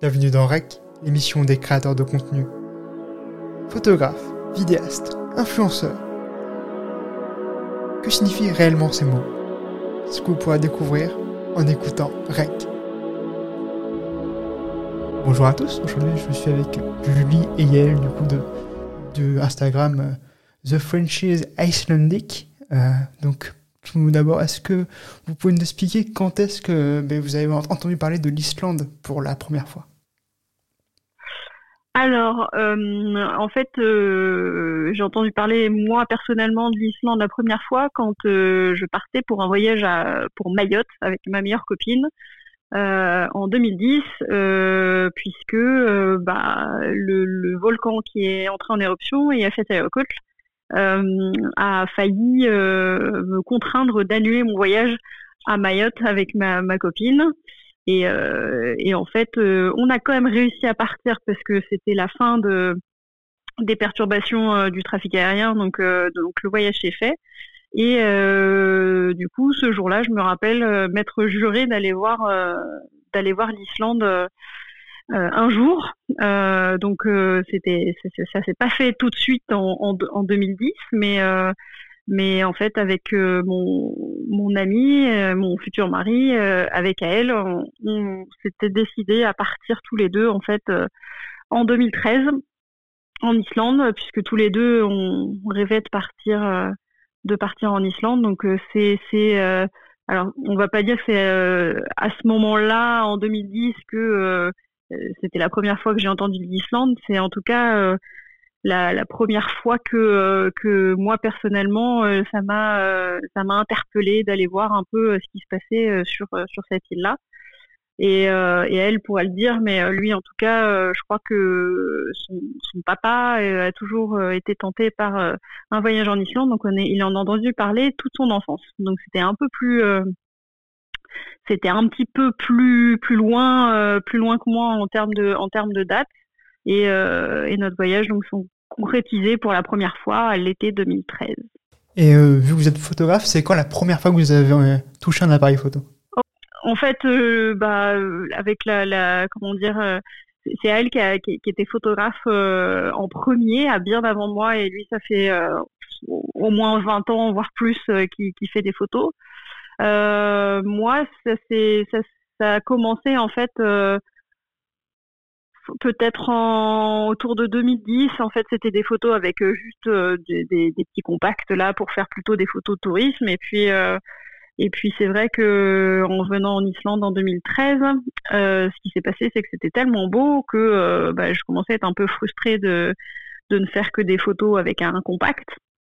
Bienvenue dans REC, l'émission des créateurs de contenu. Photographe, vidéaste, influenceur. Que signifient réellement ces mots? C'est ce que vous pourrez découvrir en écoutant REC. Bonjour à tous, aujourd'hui je suis avec Julie et Yael du coup de Instagram The Frenchies Icelandic. Donc tout d'abord, est-ce que vous pouvez nous expliquer quand est-ce que vous avez entendu parler de l'Islande pour la première fois? Alors, en fait, j'ai entendu parler, moi, personnellement, de l'Islande la première fois quand je partais pour un voyage pour Mayotte avec ma meilleure copine en 2010, puisque le volcan qui est entré en éruption, Eyjafjallajökull, a failli me contraindre d'annuler mon voyage à Mayotte avec ma copine. Et en fait, on a quand même réussi à partir parce que c'était la fin des perturbations du trafic aérien, donc le voyage s'est fait. Et du coup, ce jour-là, je me rappelle m'être juré d'aller voir l'Islande un jour. Donc ça s'est pas fait tout de suite en 2010, mais en fait, avec mon ami, mon futur mari, avec elle, on s'était décidé à partir tous les deux en fait en 2013 en Islande, puisque tous les deux on rêvait de partir en Islande. Donc alors on va pas dire que c'est à ce moment-là en 2010 que c'était la première fois que j'ai entendu l'Islande. C'est en tout cas la première fois que moi personnellement ça m'a interpellée d'aller voir un peu ce qui se passait sur cette île-là. Et elle pourrait le dire, mais lui en tout cas je crois que son papa a toujours été tenté par un voyage en Islande, donc il en a entendu parler toute son enfance. Donc c'était un peu plus c'était un petit peu plus loin que moi en termes de date. Et notre voyage donc sont concrétisés pour la première fois à l'été 2013. Et vu que vous êtes photographe, c'est quand la première fois que vous avez touché un appareil photo? En fait, avec comment dire, c'est elle qui était photographe en premier, à bien avant moi, et lui ça fait au moins 20 ans, voire plus, qui fait des photos. Moi, ça a commencé en fait peut-être autour de 2010. En fait, c'était des photos avec juste des petits compacts là pour faire plutôt des photos de tourisme. Et puis c'est vrai que en venant en Islande en 2013, ce qui s'est passé, c'est que c'était tellement beau que je commençais à être un peu frustrée de ne faire que des photos avec un compact.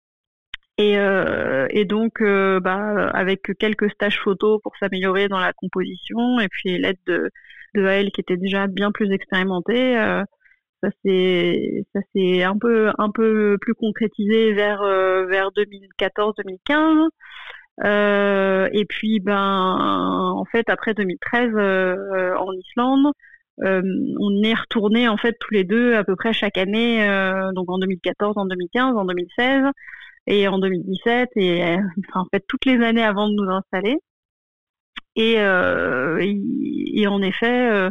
Et donc, avec quelques stages photos pour s'améliorer dans la composition, et puis l'aide de elle qui était déjà bien plus expérimentée, ça s'est un peu plus concrétisé vers 2014-2015. Et puis, en fait, après 2013, en Islande, on est retournés en fait tous les deux à peu près chaque année, donc en 2014, en 2015, en 2016. Et en 2017, et en fait toutes les années avant de nous installer. Et en effet,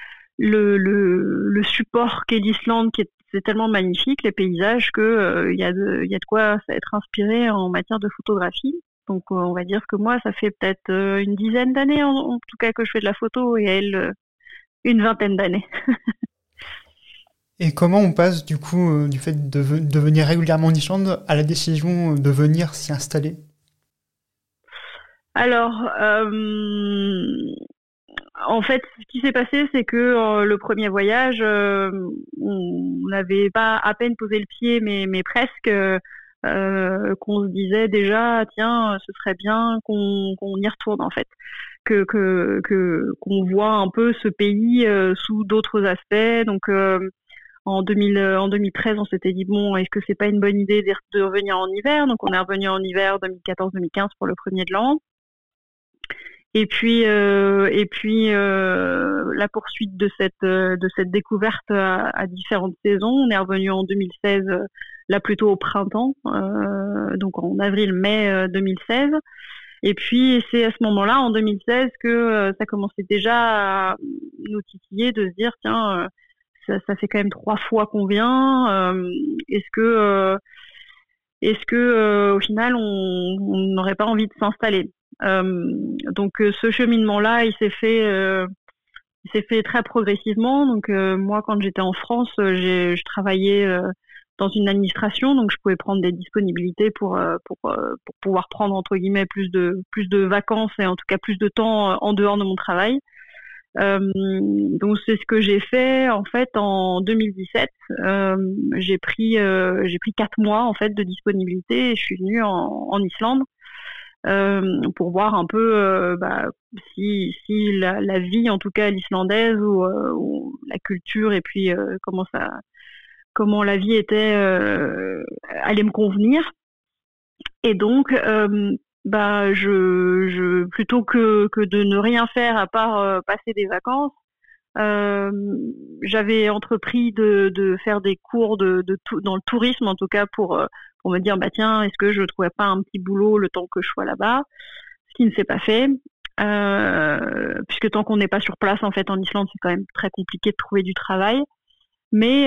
le support qu'est l'Islande, c'est tellement magnifique, les paysages, que il y a de quoi être inspiré en matière de photographie. Donc on va dire que moi, ça fait peut-être une dizaine d'années en tout cas que je fais de la photo, et elle une vingtaine d'années. Et comment on passe du coup du fait de venir régulièrement en Islande à la décision de venir s'y installer? Alors, en fait, ce qui s'est passé, c'est que le premier voyage, on n'avait pas à peine posé le pied, mais presque, qu'on se disait déjà, tiens, ce serait bien qu'on y retourne en fait, qu'on voit un peu ce pays sous d'autres aspects. Donc en 2013, on s'était dit, bon, est-ce que c'est pas une bonne idée de revenir en hiver? Donc, on est revenu en hiver 2014-2015 pour le premier de l'an. Et puis la poursuite de cette découverte à différentes saisons. On est revenu en 2016, là plutôt au printemps, donc en avril-mai 2016. Et puis c'est à ce moment-là, en 2016, que ça commençait déjà à nous titiller de se dire tiens, ça fait quand même 3 fois qu'on vient. Est-ce que au final on n'aurait pas envie de s'installer? Donc ce cheminement-là, il s'est fait très progressivement. Donc moi, quand j'étais en France, je travaillais dans une administration, donc je pouvais prendre des disponibilités pour pouvoir prendre entre guillemets plus de vacances et en tout cas plus de temps en dehors de mon travail. Donc c'est ce que j'ai fait en fait en 2017. J'ai pris 4 mois en fait de disponibilité et je suis venue en Islande. Pour voir un peu si la vie en tout cas l'islandaise ou la culture et puis comment la vie était allait me convenir. Et donc je plutôt que de ne rien faire à part passer des vacances, j'avais entrepris de faire des cours dans le tourisme en tout cas pour me dire tiens, est-ce que je trouvais pas un petit boulot le temps que je sois là-bas, ce qui ne s'est pas fait, puisque tant qu'on n'est pas sur place en fait en Islande, c'est quand même très compliqué de trouver du travail. Mais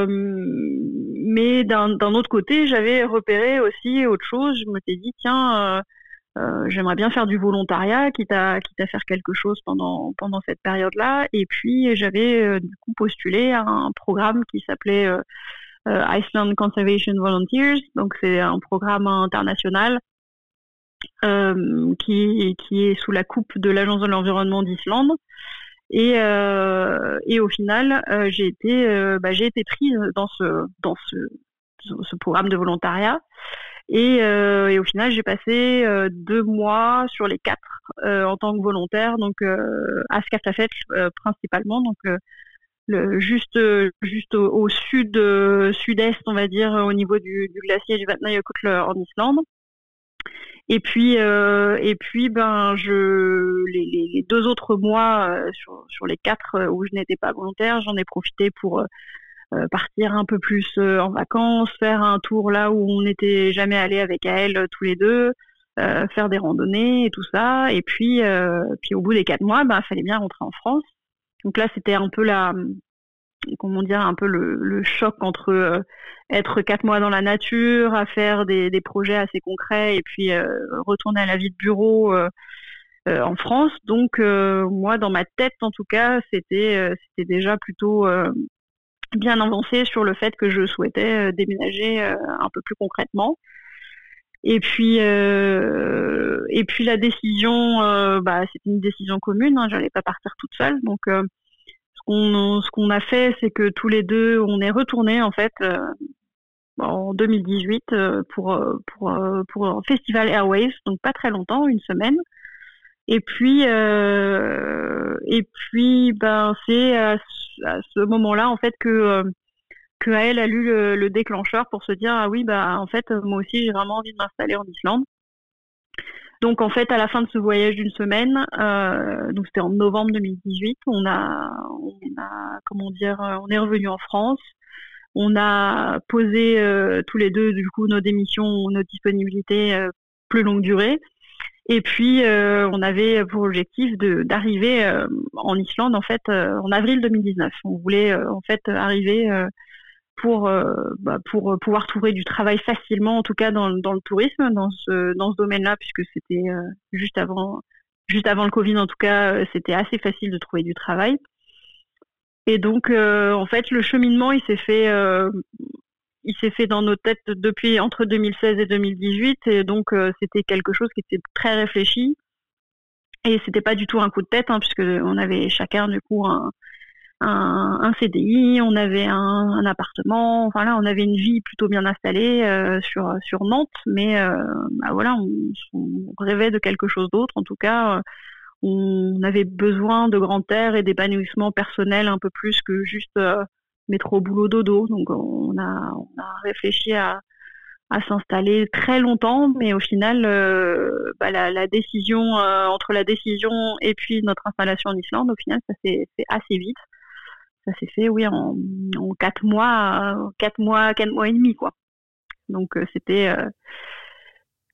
d'un autre côté, j'avais repéré aussi autre chose. Je me suis dit tiens, j'aimerais bien faire du volontariat, quitte à faire quelque chose pendant cette période-là. Et puis j'avais du coup postulé à un programme qui s'appelait Iceland Conservation Volunteers. Donc c'est un programme international qui est sous la coupe de l'Agence de l'environnement d'Islande. Et au final, j'ai été prise dans ce programme de volontariat. Et au final, j'ai passé 2 mois sur les 4 en tant que volontaire, donc à Skaftafell principalement, donc juste au sud-est, on va dire, au niveau du glacier du Vatnajökull en Islande. Et puis les 2 autres mois sur les 4 où je n'étais pas volontaire, j'en ai profité pour partir un peu plus en vacances, faire un tour là où on n'était jamais allé avec elle tous les deux, faire des randonnées et tout ça. Et puis au bout des 4 mois, fallait bien rentrer en France. Donc là, c'était un peu le choc entre être 4 mois dans la nature, à faire des projets assez concrets et puis retourner à la vie de bureau en France. Donc moi, dans ma tête, en tout cas, c'était déjà plutôt bien avancé sur le fait que je souhaitais déménager un peu plus concrètement. Et puis la décision, c'était une décision commune. J'allais pas partir toute seule. Donc ce qu'on a fait, c'est que tous les deux, on est retournés en fait en 2018 pour un festival Airwaves, donc pas très longtemps, une semaine. Et puis c'est à ce moment-là en fait que elle a lu le déclencheur pour se dire ah oui en fait moi aussi j'ai vraiment envie de m'installer en Islande. Donc en fait à la fin de ce voyage d'une semaine, donc c'était en novembre 2018, on est revenu en France. On a posé tous les deux du coup nos démissions, nos disponibilités plus longue durée. Et puis on avait pour objectif d'arriver en Islande en fait en avril 2019. On voulait en fait arriver pour pouvoir trouver du travail facilement, en tout cas dans le tourisme, dans ce domaine-là, puisque c'était juste avant le Covid, en tout cas, c'était assez facile de trouver du travail. Et donc, en fait, le cheminement, il s'est fait dans nos têtes depuis entre 2016 et 2018, et donc c'était quelque chose qui était très réfléchi. Et c'était pas du tout un coup de tête, puisque on avait chacun du coup un CDI, on avait un appartement, enfin là on avait une vie plutôt bien installée sur Nantes, mais voilà, on rêvait de quelque chose d'autre. En tout cas, on avait besoin de grand air et d'épanouissement personnel un peu plus que juste métro boulot dodo. Donc on a réfléchi à s'installer très longtemps, mais au final la décision entre la décision et puis notre installation en Islande, au final ça s'est fait assez vite. Ça s'est fait, oui, en 4 mois et demi, quoi. Donc, c'était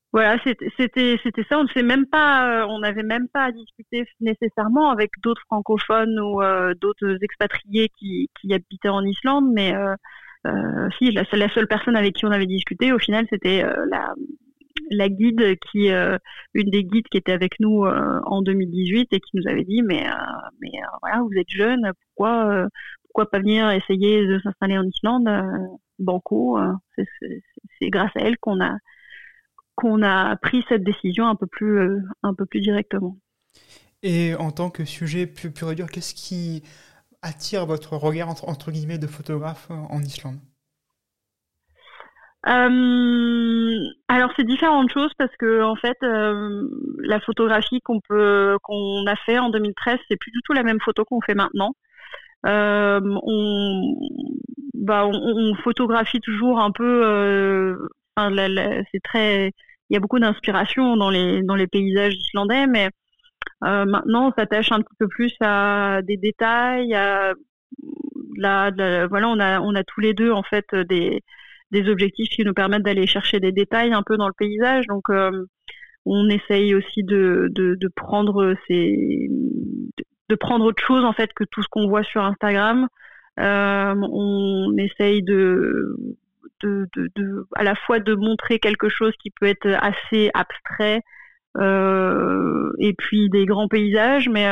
Voilà, c'était ça. On n'avait même pas à discuter nécessairement avec d'autres francophones ou d'autres expatriés qui habitaient en Islande, mais si la seule personne avec qui on avait discuté, au final, c'était la guide une des guides qui était avec nous en 2018 et qui nous avait dit voilà, vous êtes jeune, pourquoi pas venir essayer de s'installer en Islande, banco, c'est grâce à elle qu'on a pris cette décision un peu plus directement. Et en tant que sujet pur et dur, qu'est-ce qui attire votre regard entre guillemets de photographe en Islande? Alors c'est différentes choses parce que en fait la photographie qu'on a fait en 2013, c'est plus du tout la même photo qu'on fait maintenant. On photographie toujours un peu. C'est très. Il y a beaucoup d'inspiration dans les paysages islandais, mais maintenant on s'attache un petit peu plus à des détails. Voilà, on a tous les deux en fait des objectifs qui nous permettent d'aller chercher des détails un peu dans le paysage. Donc on essaye aussi de prendre de prendre autre chose en fait que tout ce qu'on voit sur Instagram. On essaye à la fois de montrer quelque chose qui peut être assez abstrait et puis des grands paysages, mais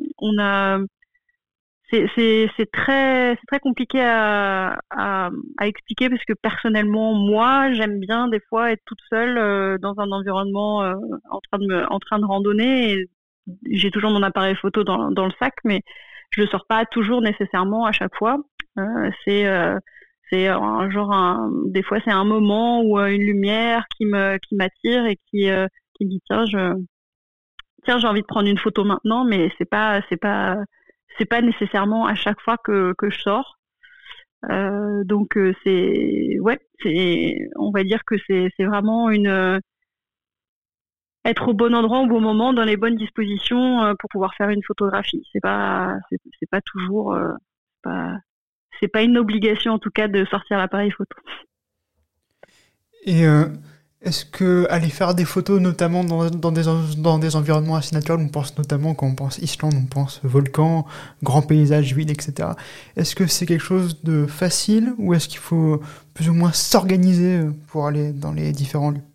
c'est très compliqué à expliquer parce que personnellement moi j'aime bien des fois être toute seule dans un environnement en train de randonner, et j'ai toujours mon appareil photo dans le sac, mais je le sors pas toujours nécessairement à chaque fois. C'est un genre des fois c'est un moment ou une lumière qui m'attire et qui me dit tiens j'ai envie de prendre une photo maintenant, mais c'est pas nécessairement à chaque fois que je sors. Donc on va dire que c'est vraiment être au bon endroit au bon moment, dans les bonnes dispositions pour pouvoir faire une photographie. C'est pas toujours c'est pas une obligation en tout cas de sortir l'appareil photo. Et est-ce que aller faire des photos, notamment dans des environnements assez naturels, on pense notamment, quand on pense Islande, on pense volcan, grand paysage, ville, etc. Est-ce que c'est quelque chose de facile ou est-ce qu'il faut plus ou moins s'organiser pour aller dans les différents lieux?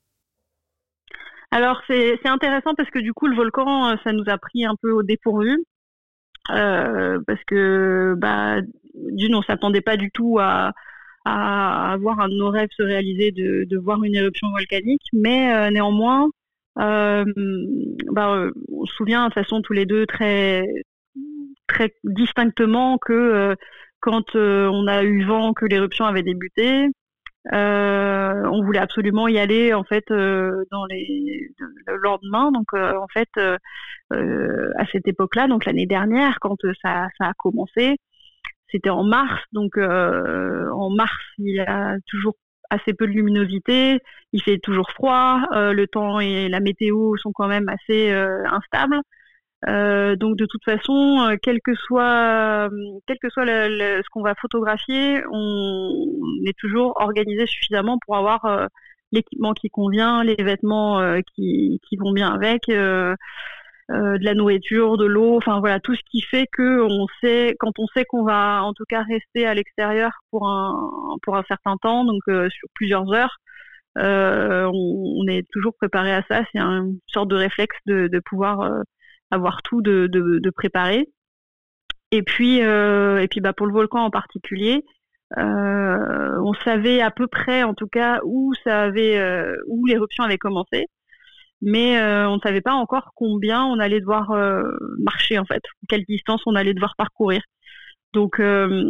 Alors c'est intéressant parce que du coup le volcan ça nous a pris un peu au dépourvu parce que d'une on s'attendait pas du tout à voir un de nos rêves se réaliser de voir une éruption volcanique, mais néanmoins on se souvient de toute façon tous les deux très très distinctement que quand on a eu vent que l'éruption avait débuté, on voulait absolument y aller en fait le lendemain. Donc en fait à cette époque-là, donc l'année dernière, quand ça a commencé, c'était en mars. Donc en mars, il y a toujours assez peu de luminosité, il fait toujours froid, le temps et la météo sont quand même assez instables. Donc de toute façon, quel que soit ce qu'on va photographier, on est toujours organisé suffisamment pour avoir l'équipement qui convient, les vêtements qui vont bien avec, de la nourriture, de l'eau, enfin voilà, tout ce qui fait que quand on sait qu'on va en tout cas rester à l'extérieur pour un certain temps, donc sur plusieurs heures, on est toujours préparé à ça. C'est une sorte de réflexe de pouvoir avoir tout de préparé. Et puis pour le volcan en particulier, on savait à peu près en tout cas où l'éruption avait commencé, mais on ne savait pas encore combien on allait devoir marcher en fait, quelle distance on allait devoir parcourir. Donc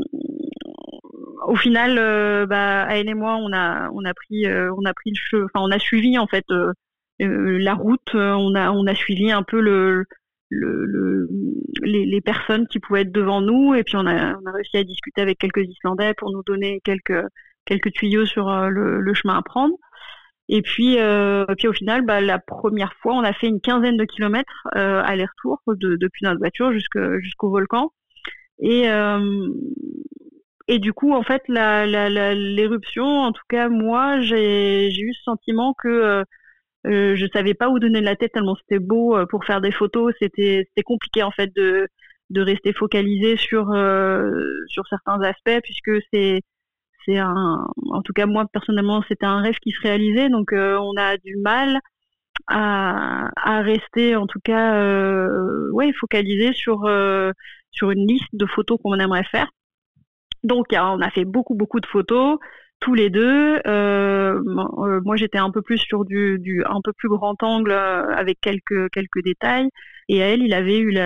au final, Aël et moi, on a pris on a suivi en fait la route, on a suivi un peu les personnes qui pouvaient être devant nous, et puis on a réussi à discuter avec quelques Islandais pour nous donner quelques tuyaux sur le chemin à prendre. Et puis au final, la première fois, on a fait une 15aine de kilomètres aller-retour depuis notre voiture jusqu'au volcan. Et du coup, en fait, l'éruption, en tout cas moi, j'ai eu ce sentiment que je savais pas où donner de la tête tellement c'était beau pour faire des photos. C'était compliqué en fait de rester focalisé sur certains aspects puisque en tout cas moi personnellement c'était un rêve qui se réalisait, donc on a du mal à rester en tout cas focalisé sur une liste de photos qu'on aimerait faire. Donc on a fait beaucoup de photos tous les deux. Moi j'étais un peu plus sur du un peu plus grand angle avec quelques détails, et elle il avait eu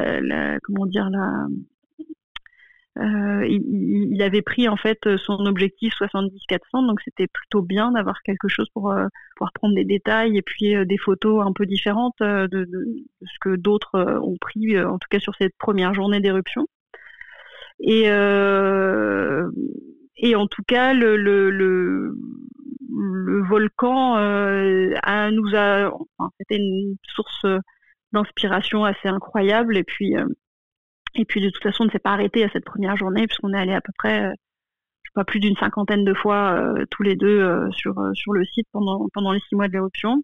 il avait pris en fait son objectif 70-400, donc c'était plutôt bien d'avoir quelque chose pour pouvoir prendre des détails et puis des photos un peu différentes de ce que d'autres ont pris, en tout cas sur cette première journée d'éruption. Et en tout cas, le volcan c'était une source d'inspiration assez incroyable. Et puis de toute façon, on ne s'est pas arrêté à cette première journée puisqu'on est allé à peu près, pas plus d'une 50aine de fois tous les deux sur le site pendant les 6 mois de l'éruption.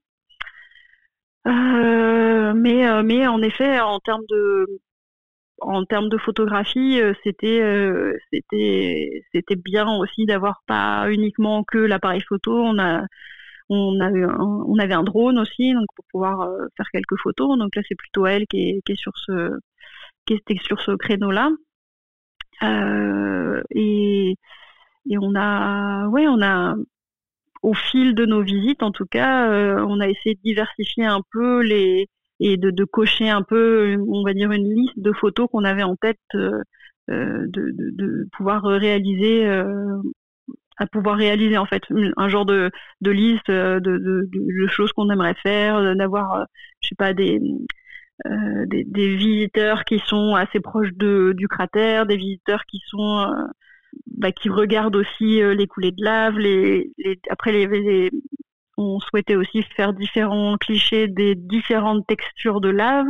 Mais en effet, en termes de photographie, c'était bien aussi d'avoir pas uniquement que l'appareil photo. On avait un drone aussi, donc pour pouvoir faire quelques photos. Donc là, c'est plutôt elle qui était sur ce créneau-là. Et on a au fil de nos visites, en tout cas, on a essayé de diversifier un peu et de cocher un peu, on va dire, une liste de photos qu'on avait en tête de pouvoir réaliser, à pouvoir réaliser en fait un genre de liste de choses qu'on aimerait faire, d'avoir, je sais pas, des visiteurs qui sont assez proches du cratère, des visiteurs qui sont qui regardent aussi les coulées de lave. Après, on souhaitait aussi faire différents clichés des différentes textures de lave.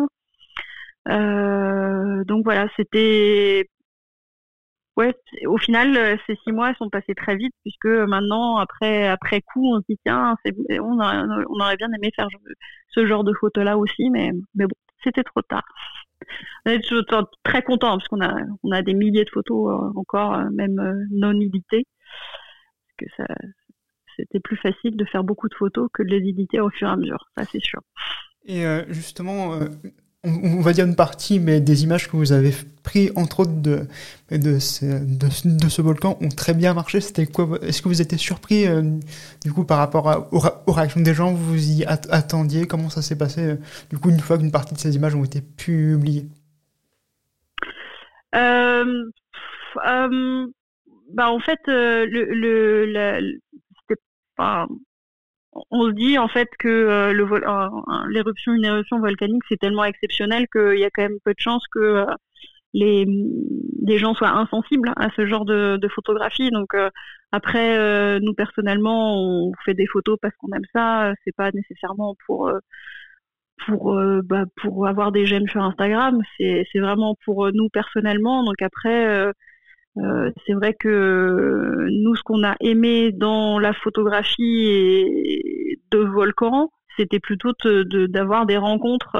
Donc voilà, c'était... Ouais, au final, ces 6 mois sont passés très vite puisque maintenant, après coup, on se dit tiens, on aurait bien aimé faire ce genre de photos-là aussi, mais bon, c'était trop tard. On est très content parce qu'on a des milliers de photos encore, même non éditées, parce que c'était plus facile de faire beaucoup de photos que de les éditer au fur et à mesure, ça c'est sûr. Et justement, on va dire une partie, mais des images que vous avez prises, entre autres, de ce volcan ont très bien marché. C'était quoi? Est-ce que vous étiez surpris du coup par rapport aux réactions des gens? Vous y attendiez? Comment ça s'est passé du coup une fois qu'une partie de ces images ont été publiées? En fait, c'était pas... On se dit en fait que une éruption volcanique c'est tellement exceptionnel qu'il y a quand même peu de chances que les gens soient insensibles à ce genre de photographie. Donc après, nous personnellement, on fait des photos parce qu'on aime ça. C'est pas nécessairement pour avoir des j'aime sur Instagram. C'est vraiment pour nous personnellement. Donc après. C'est vrai que nous, ce qu'on a aimé dans la photographie de volcan, c'était plutôt d'avoir des rencontres,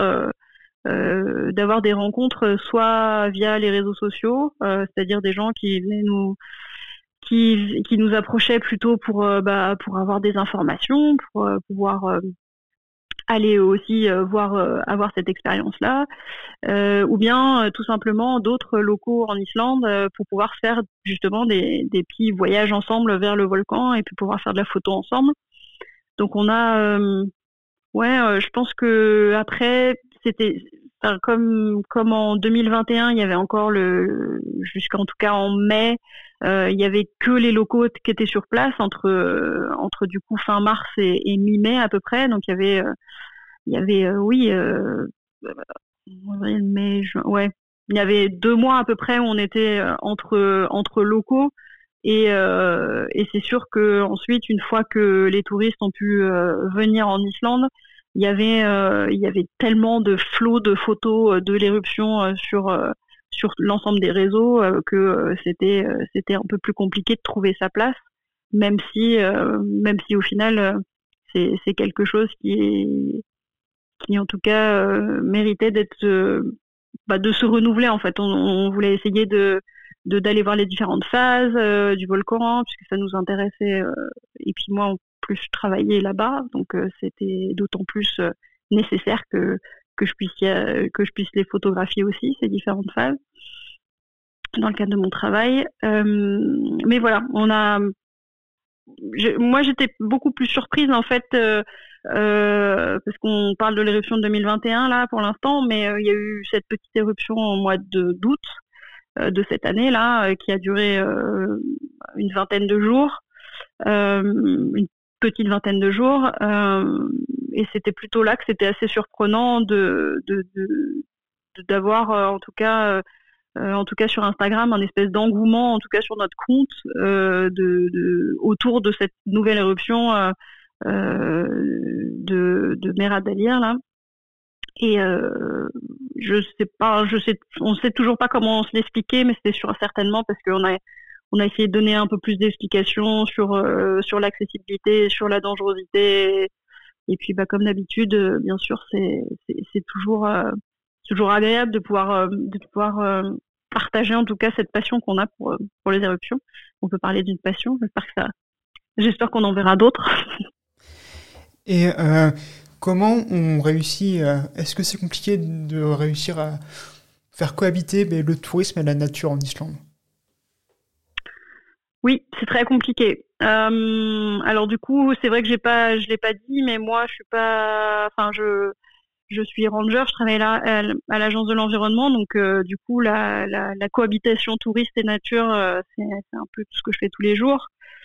soit via les réseaux sociaux, c'est-à-dire des gens qui venaient qui nous approchaient plutôt pour avoir des informations, pour pouvoir aller aussi avoir cette expérience-là, ou bien tout simplement d'autres locaux en Islande pour pouvoir faire justement des petits voyages ensemble vers le volcan et puis pouvoir faire de la photo ensemble. Donc on a, je pense que après c'était comme en 2021, il y avait encore jusqu'en tout cas en mai, il y avait que les locaux qui étaient sur place entre du coup fin mars et mi-mai à peu près. Donc il y avait mai, juin, il y avait 2 mois à peu près où on était entre locaux et c'est sûr que ensuite une fois que les touristes ont pu venir en Islande, il y avait tellement de flots de photos de l'éruption sur l'ensemble des réseaux que c'était un peu plus compliqué de trouver sa place, même si au final c'est quelque chose qui en tout cas méritait d'être de se renouveler en fait. On voulait essayer d'aller voir les différentes phases du volcan puisque ça nous intéressait et puis moi en plus je travaillais là-bas donc c'était d'autant plus nécessaire que je puisse les photographier aussi ces différentes phases dans le cadre de mon travail. Mais voilà, moi j'étais beaucoup plus surprise en fait parce qu'on parle de l'éruption de 2021 là pour l'instant, mais il y a eu cette petite éruption au mois d'août de cette année là qui a duré une vingtaine de jours, une petite vingtaine de jours, et c'était plutôt là que c'était assez surprenant d'avoir en tout cas sur Instagram, un espèce d'engouement, en tout cas sur notre compte, autour de cette nouvelle éruption de Mera Dalir là. Et on sait toujours pas comment se l'expliquer, mais c'était certainement parce qu'on a essayé de donner un peu plus d'explications sur l'accessibilité, sur la dangerosité. Et puis, comme d'habitude, bien sûr, c'est toujours agréable de pouvoir partager en tout cas cette passion qu'on a pour les éruptions. On peut parler d'une passion. J'espère qu'on en verra d'autres. Et comment on réussit est-ce que c'est compliqué de réussir à faire cohabiter le tourisme et la nature en Islande? Oui, c'est très compliqué. Alors du coup, c'est vrai que je l'ai pas dit, mais moi, je suis pas. Enfin, je suis ranger, je travaille là à l'agence de l'environnement, donc du coup la cohabitation touriste et nature, c'est un peu tout ce que je fais tous les jours.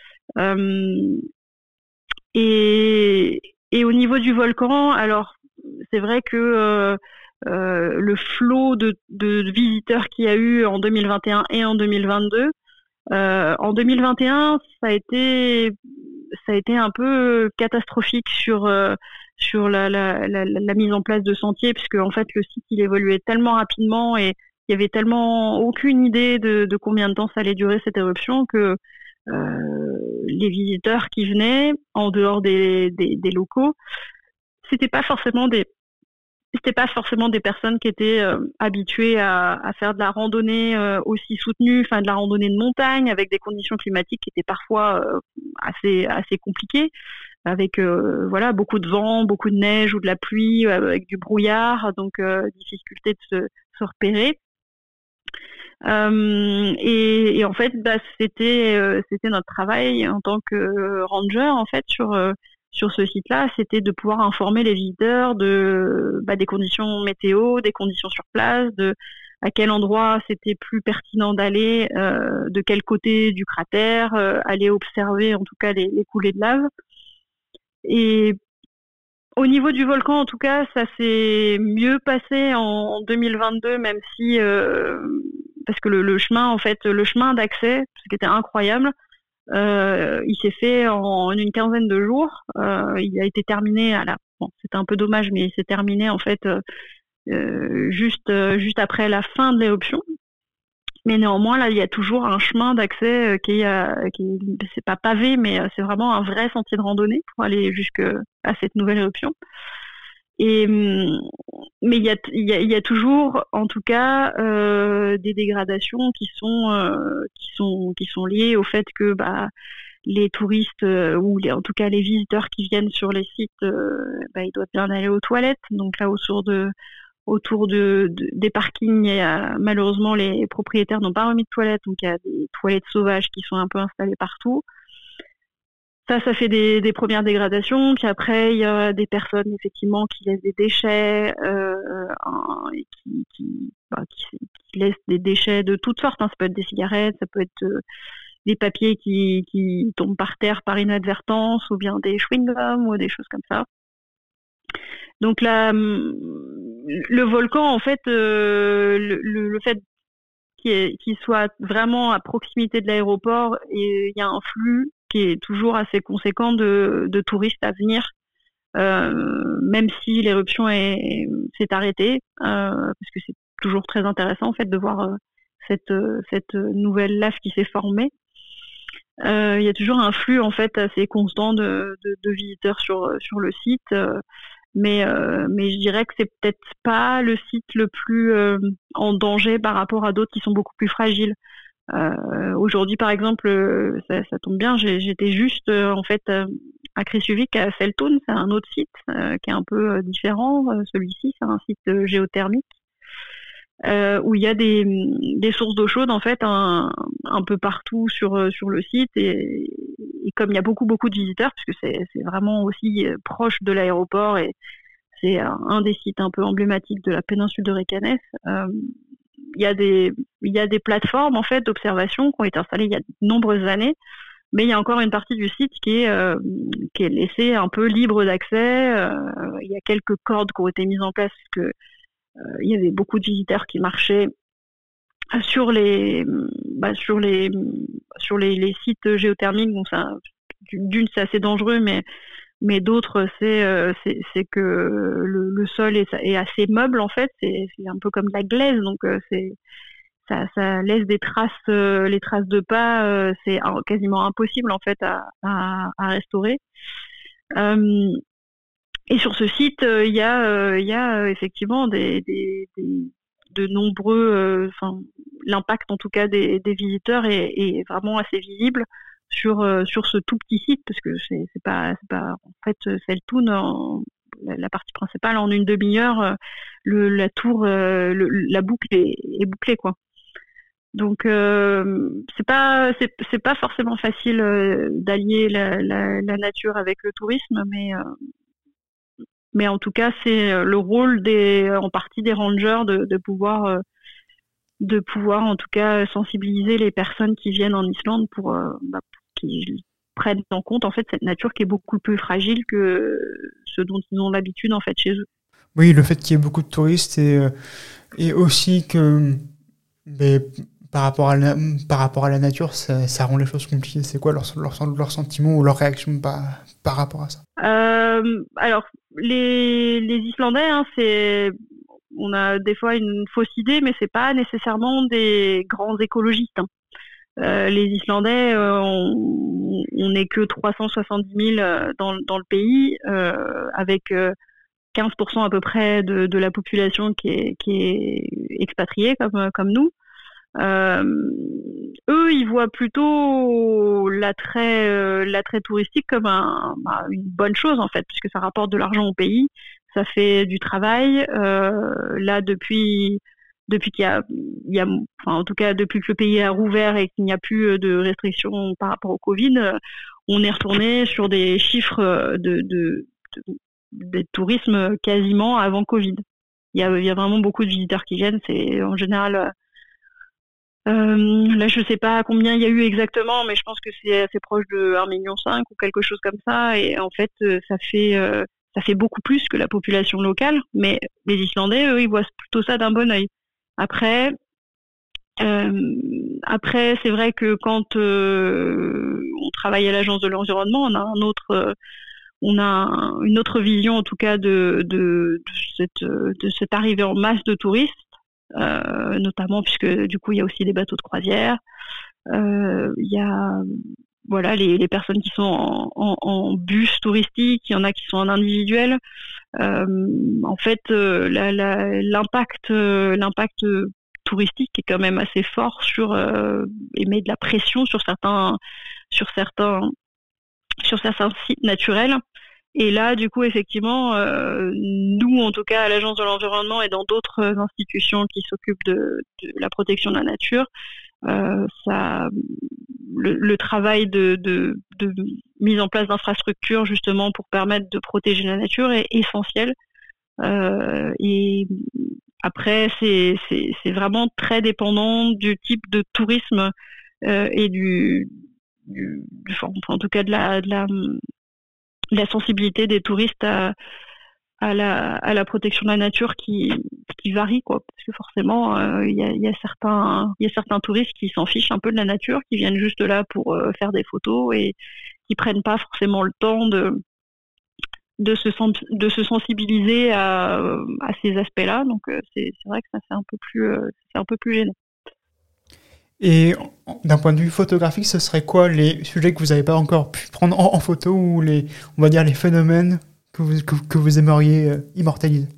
Et au niveau du volcan, alors c'est vrai que le flot de visiteurs qu'il y a eu en 2021 et en 2022, en 2021, ça a été un peu catastrophique sur la mise en place de sentiers, puisque en fait le site il évoluait tellement rapidement et il y avait tellement aucune idée de combien de temps ça allait durer cette éruption que les visiteurs qui venaient en dehors des locaux, c'était pas forcément des personnes qui étaient habituées à faire de la randonnée aussi soutenue, enfin de la randonnée de montagne avec des conditions climatiques qui étaient parfois assez compliquées, avec beaucoup de vent, beaucoup de neige ou de la pluie, avec du brouillard, donc difficulté de se repérer. Et en fait, c'était notre travail en tant que ranger en fait sur ce site-là, c'était de pouvoir informer les visiteurs des conditions météo, des conditions sur place, à quel endroit c'était plus pertinent d'aller, de quel côté du cratère, aller observer en tout cas les coulées de lave. Et au niveau du volcan, en tout cas, ça s'est mieux passé en 2022, même si parce que le chemin d'accès, ce qui était incroyable, il s'est fait en une quinzaine de jours. Il a été terminé c'était un peu dommage, mais il s'est terminé en fait juste après la fin de l'éruption. Mais néanmoins, là, il y a toujours un chemin d'accès c'est pas pavé, mais c'est vraiment un vrai sentier de randonnée pour aller jusqu'à cette nouvelle éruption. Mais il y a toujours, en tout cas, des dégradations qui sont liées au fait que les touristes ou en tout cas les visiteurs qui viennent sur les sites, ils doivent bien aller aux toilettes. Donc là, autour des parkings, malheureusement les propriétaires n'ont pas remis de toilettes, donc il y a des toilettes sauvages qui sont un peu installées partout. Ça fait des premières dégradations. Puis après, il y a des personnes effectivement qui laissent des déchets, et qui laissent des déchets de toutes sortes. Ça peut être des cigarettes, ça peut être des papiers qui tombent par terre par inadvertance, ou bien des chewing-gums ou des choses comme ça. Donc là, le volcan, en fait, le fait qu'il soit vraiment à proximité de l'aéroport, et il y a un flux qui est toujours assez conséquent de touristes à venir, même si l'éruption s'est arrêtée, parce que c'est toujours très intéressant en fait de voir cette nouvelle lave qui s'est formée. Il y a toujours un flux en fait assez constant de visiteurs sur le site, mais je dirais que c'est peut-être pas le site le plus en danger par rapport à d'autres qui sont beaucoup plus fragiles. Aujourd'hui, par exemple, ça tombe bien, j'étais juste en fait à Krušovic, à Seltoun, c'est un autre site qui est un peu différent. Celui-ci, c'est un site géothermique où il y a des sources d'eau chaude en fait un peu partout sur le site, et comme il y a beaucoup de visiteurs, puisque c'est vraiment aussi proche de l'aéroport, et c'est un des sites un peu emblématiques de la péninsule de Reykjanes. Il y a des plateformes en fait d'observation qui ont été installées il y a de nombreuses années, mais il y a encore une partie du site qui est laissée un peu libre d'accès. Il y a quelques cordes qui ont été mises en place parce que il y avait beaucoup de visiteurs qui marchaient sur les sites géothermiques. Donc ça, d'une, c'est assez dangereux, mais d'autres, c'est que le sol est assez meuble en fait. C'est un peu comme de la glaise, donc ça laisse des traces, les traces de pas. C'est quasiment impossible en fait à restaurer. Et sur ce site, il y a effectivement de nombreux, l'impact en tout cas des visiteurs est vraiment assez visible sur ce tout petit site, parce que c'est pas en fait Seltoun, la partie principale, en une demi-heure, la tour, la boucle est bouclée quoi. Donc c'est pas forcément facile d'allier la nature avec le tourisme, mais en tout cas, c'est le rôle en partie des rangers de pouvoir en tout cas sensibiliser les personnes qui viennent en Islande pour qu'ils prennent en compte en fait cette nature qui est beaucoup plus fragile que ce dont ils ont l'habitude en fait chez eux. Oui, le fait qu'il y ait beaucoup de touristes et aussi que par rapport à la nature, ça rend les choses compliquées. C'est quoi leur sentiment ou leur réaction par rapport à ça? Alors, les Islandais, on a des fois une fausse idée, mais c'est pas nécessairement des grands écologistes. Les Islandais, on n'est que 370 000 dans le pays, avec 15% à peu près de la population qui est expatriée comme nous. Eux, ils voient plutôt l'attrait touristique comme une bonne chose en fait, puisque ça rapporte de l'argent au pays, ça fait du travail. Là, depuis qu'il y a, en tout cas depuis que le pays a rouvert et qu'il n'y a plus de restrictions par rapport au Covid, on est retourné sur des chiffres de tourisme quasiment avant Covid. Il y a vraiment beaucoup de visiteurs qui viennent. C'est en général là, je sais pas combien il y a eu exactement, mais je pense que c'est assez proche de 1,5 million ou quelque chose comme ça. Et en fait, ça fait beaucoup plus que la population locale. Mais les Islandais, eux, ils voient plutôt ça d'un bon œil. Après, c'est vrai que quand on travaille à l'agence de l'environnement, on a une autre vision, en tout cas, de cette arrivée en masse de touristes. Notamment puisque du coup il y a aussi des bateaux de croisière, il y a les personnes qui sont en bus touristique, il y en a qui sont en individuel. En fait, l'impact touristique est quand même assez fort et met de la pression sur certains sites naturels. Et là, du coup, effectivement, nous, en tout cas, à l'Agence de l'environnement et dans d'autres institutions qui s'occupent de la protection de la nature, le travail de mise en place d'infrastructures, justement, pour permettre de protéger la nature est essentiel. Et après, c'est vraiment très dépendant du type de tourisme et en tout cas de la sensibilité des touristes à la protection de la nature qui varie quoi, parce que forcément il y a certains touristes qui s'en fichent un peu de la nature, qui viennent juste là pour faire des photos et qui prennent pas forcément le temps de se sensibiliser à ces aspects-là. Donc c'est vrai que ça c'est un peu plus gênant. Et d'un point de vue photographique, ce serait quoi les sujets que vous n'avez pas encore pu prendre en photo ou on va dire les phénomènes que vous aimeriez immortaliser?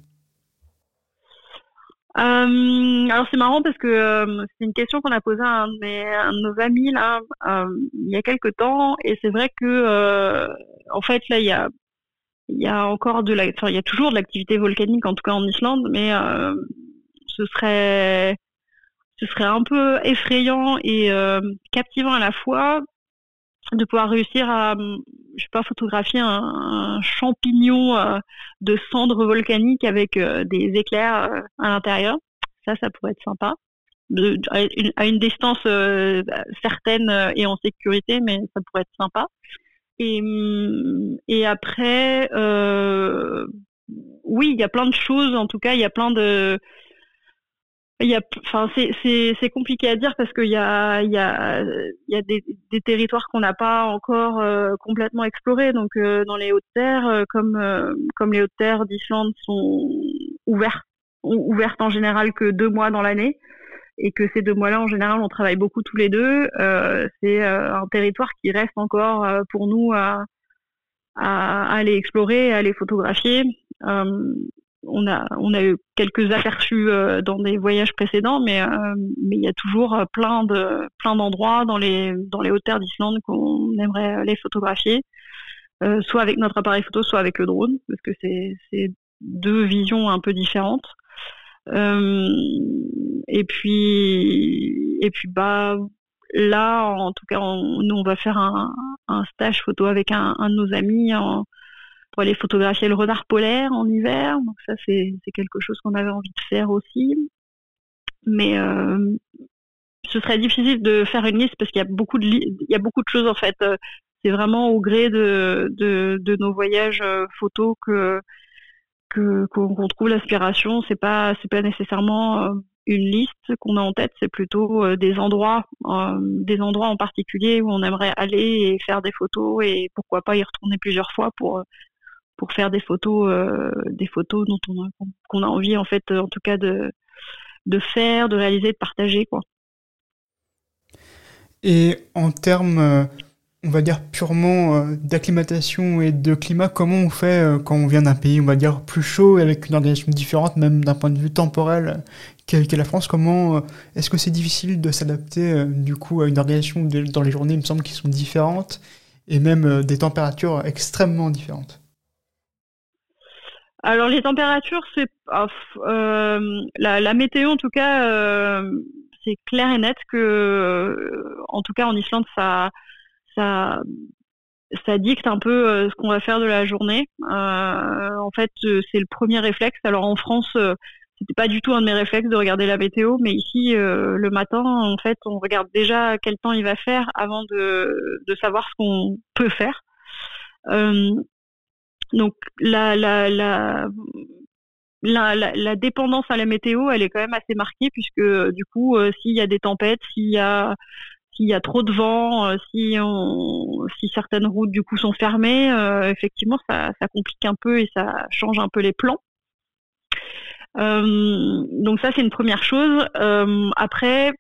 Alors c'est marrant parce que c'est une question qu'on a posée à un de nos amis là il y a quelques temps, et c'est vrai que en fait là il y a encore il y a toujours de l'activité volcanique, en tout cas en Islande, mais ce serait ce serait un peu effrayant et captivant à la fois de pouvoir réussir à, je sais pas, photographier un champignon de cendres volcaniques avec des éclairs à l'intérieur. Ça pourrait être sympa. À une distance certaine et en sécurité, mais ça pourrait être sympa. Et après, oui, il y a plein de choses. En tout cas, il y a plein de enfin, c'est compliqué à dire parce qu'il y a des territoires qu'on n'a pas encore complètement explorés. Donc, dans les Hautes-Terres, comme les Hautes-Terres d'Islande sont ouvertes en général que 2 mois dans l'année, et que ces 2 mois-là, en général, on travaille beaucoup tous les deux. C'est un territoire qui reste encore pour nous à aller explorer, à aller photographier. On a eu quelques aperçus dans des voyages précédents, mais il y a toujours plein d'endroits dans les Hautes-Terres d'Islande qu'on aimerait aller photographier, soit avec notre appareil photo, soit avec le drone, parce que c'est deux visions un peu différentes. Et puis bah là, en tout cas, nous on va faire un stage photo avec un de nos amis pour aller photographier le renard polaire en hiver. Donc ça, c'est quelque chose qu'on avait envie de faire aussi. Mais ce serait difficile de faire une liste parce qu'il y a beaucoup de choses en fait. C'est vraiment au gré de nos voyages photos qu'on trouve l'inspiration. C'est pas nécessairement une liste qu'on a en tête, c'est plutôt des endroits en particulier où on aimerait aller et faire des photos, et pourquoi pas y retourner plusieurs fois pour faire des photos qu'on a envie en fait, en tout cas de faire, de réaliser, de partager quoi. Et en termes, on va dire purement d'acclimatation et de climat, comment on fait quand on vient d'un pays, on va dire plus chaud et avec une organisation différente, même d'un point de vue temporel qu'est la France? Comment est-ce que c'est difficile de s'adapter du coup à une organisation dans les journées, il me semble, qui sont différentes et même des températures extrêmement différentes? Alors les températures, c'est la météo en tout cas, c'est clair et net que en tout cas en Islande ça dicte un peu ce qu'on va faire de la journée. En fait, c'est le premier réflexe. Alors en France, c'était pas du tout un de mes réflexes de regarder la météo, mais ici, le matin, en fait, on regarde déjà quel temps il va faire avant de savoir ce qu'on peut faire. Donc la dépendance à la météo, elle est quand même assez marquée, puisque du coup, s'il y a des tempêtes, s'il y a trop de vent, si certaines routes du coup sont fermées, effectivement ça complique un peu et ça change un peu les plans. Donc ça c'est une première chose. Après,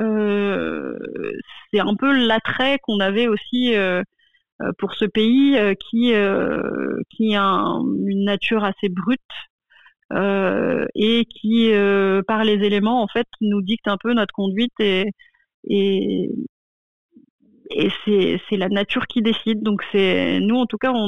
c'est un peu l'attrait qu'on avait aussi pour ce pays qui a une nature assez brute et qui par les éléments en fait nous dicte un peu notre conduite, et c'est la nature qui décide. Donc c'est nous en tout cas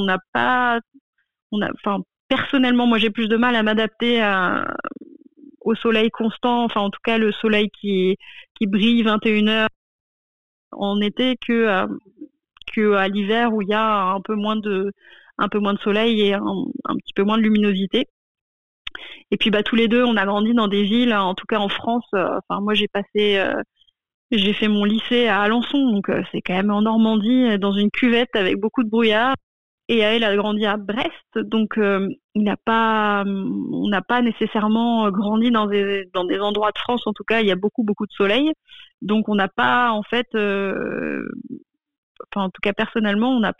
enfin personnellement moi j'ai plus de mal à m'adapter au soleil constant, enfin en tout cas le soleil qui brille 21h en été que à l'hiver où il y a un peu moins de soleil et un petit peu moins de luminosité. Et puis bah tous les deux on a grandi dans des villes, en tout cas en France, enfin moi j'ai fait mon lycée à Alençon, donc c'est quand même en Normandie, dans une cuvette avec beaucoup de brouillard. Et elle a grandi à Brest, donc on n'a pas nécessairement grandi dans des endroits de France. En tout cas, il y a beaucoup de soleil, donc on n'a pas en fait, enfin en tout cas personnellement, on n'a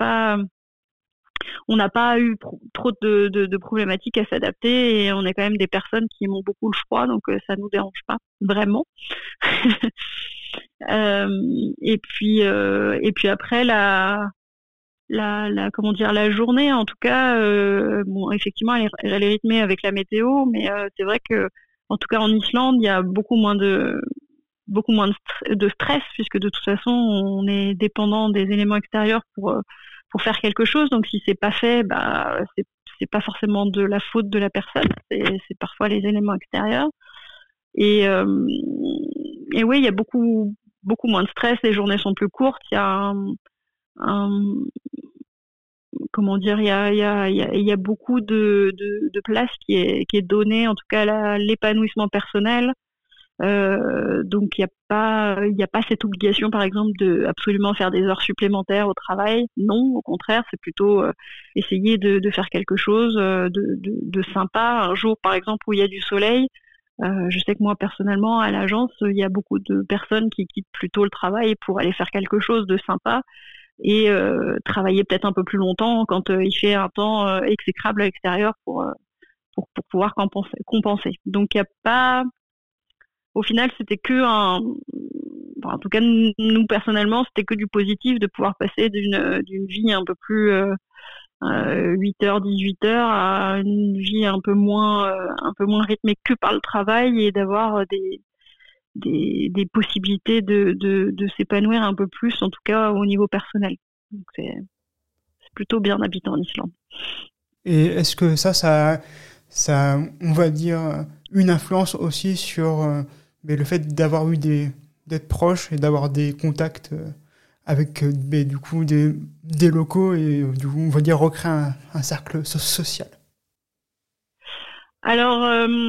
pas eu trop de problématiques à s'adapter, et on est quand même des personnes qui aiment beaucoup le froid, donc ça nous dérange pas vraiment. Et puis après la journée, en tout cas, bon, effectivement, elle est rythmée avec la météo, mais c'est vrai que, en tout cas, en Islande, il y a beaucoup moins de stress, puisque de toute façon, on est dépendant des éléments extérieurs pour faire quelque chose. Donc, si c'est pas fait, bah, c'est pas forcément de la faute de la personne, c'est parfois les éléments extérieurs. Et oui, il y a beaucoup moins de stress, les journées sont plus courtes, il y a comment dire, il y a beaucoup de place qui est donnée, en tout cas à l'épanouissement personnel. Donc il y a pas cette obligation, par exemple, de absolument faire des heures supplémentaires au travail. Non, au contraire, c'est plutôt essayer de faire quelque chose de sympa. Un jour, par exemple, où il y a du soleil. Je sais que moi, personnellement, à l'agence, il y a beaucoup de personnes qui quittent plutôt le travail pour aller faire quelque chose de sympa et travailler peut-être un peu plus longtemps quand il fait un temps exécrable à l'extérieur pour pouvoir compenser. Donc, il n'y a pas... Au final, c'était que en tout cas, nous, personnellement, c'était que du positif de pouvoir passer d'une vie un peu plus 8h, 18h à une vie un peu moins rythmée que par le travail et d'avoir des possibilités de s'épanouir un peu plus, en tout cas au niveau personnel. Donc c'est plutôt bien d'habiter en Islande. Et est-ce que ça, on va dire, une influence aussi sur le fait d'avoir d'être proche et d'avoir des contacts avec du coup des locaux et du coup, on va dire, recréer un cercle social? Alors,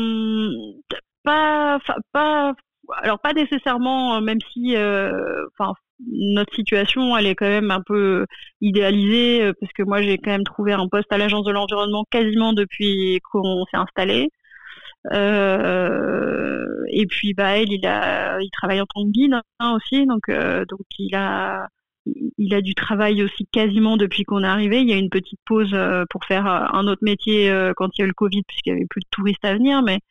pas nécessairement, même si notre situation, elle est quand même un peu idéalisée, parce que moi, j'ai quand même trouvé un poste à l'Agence de l'environnement quasiment depuis qu'on s'est installé. Et puis, il travaille en tant que guide aussi, donc il a du travail aussi quasiment depuis qu'on est arrivé. Il y a une petite pause pour faire un autre métier quand il y a eu le Covid, puisqu'il n'y avait plus de touristes à venir, mais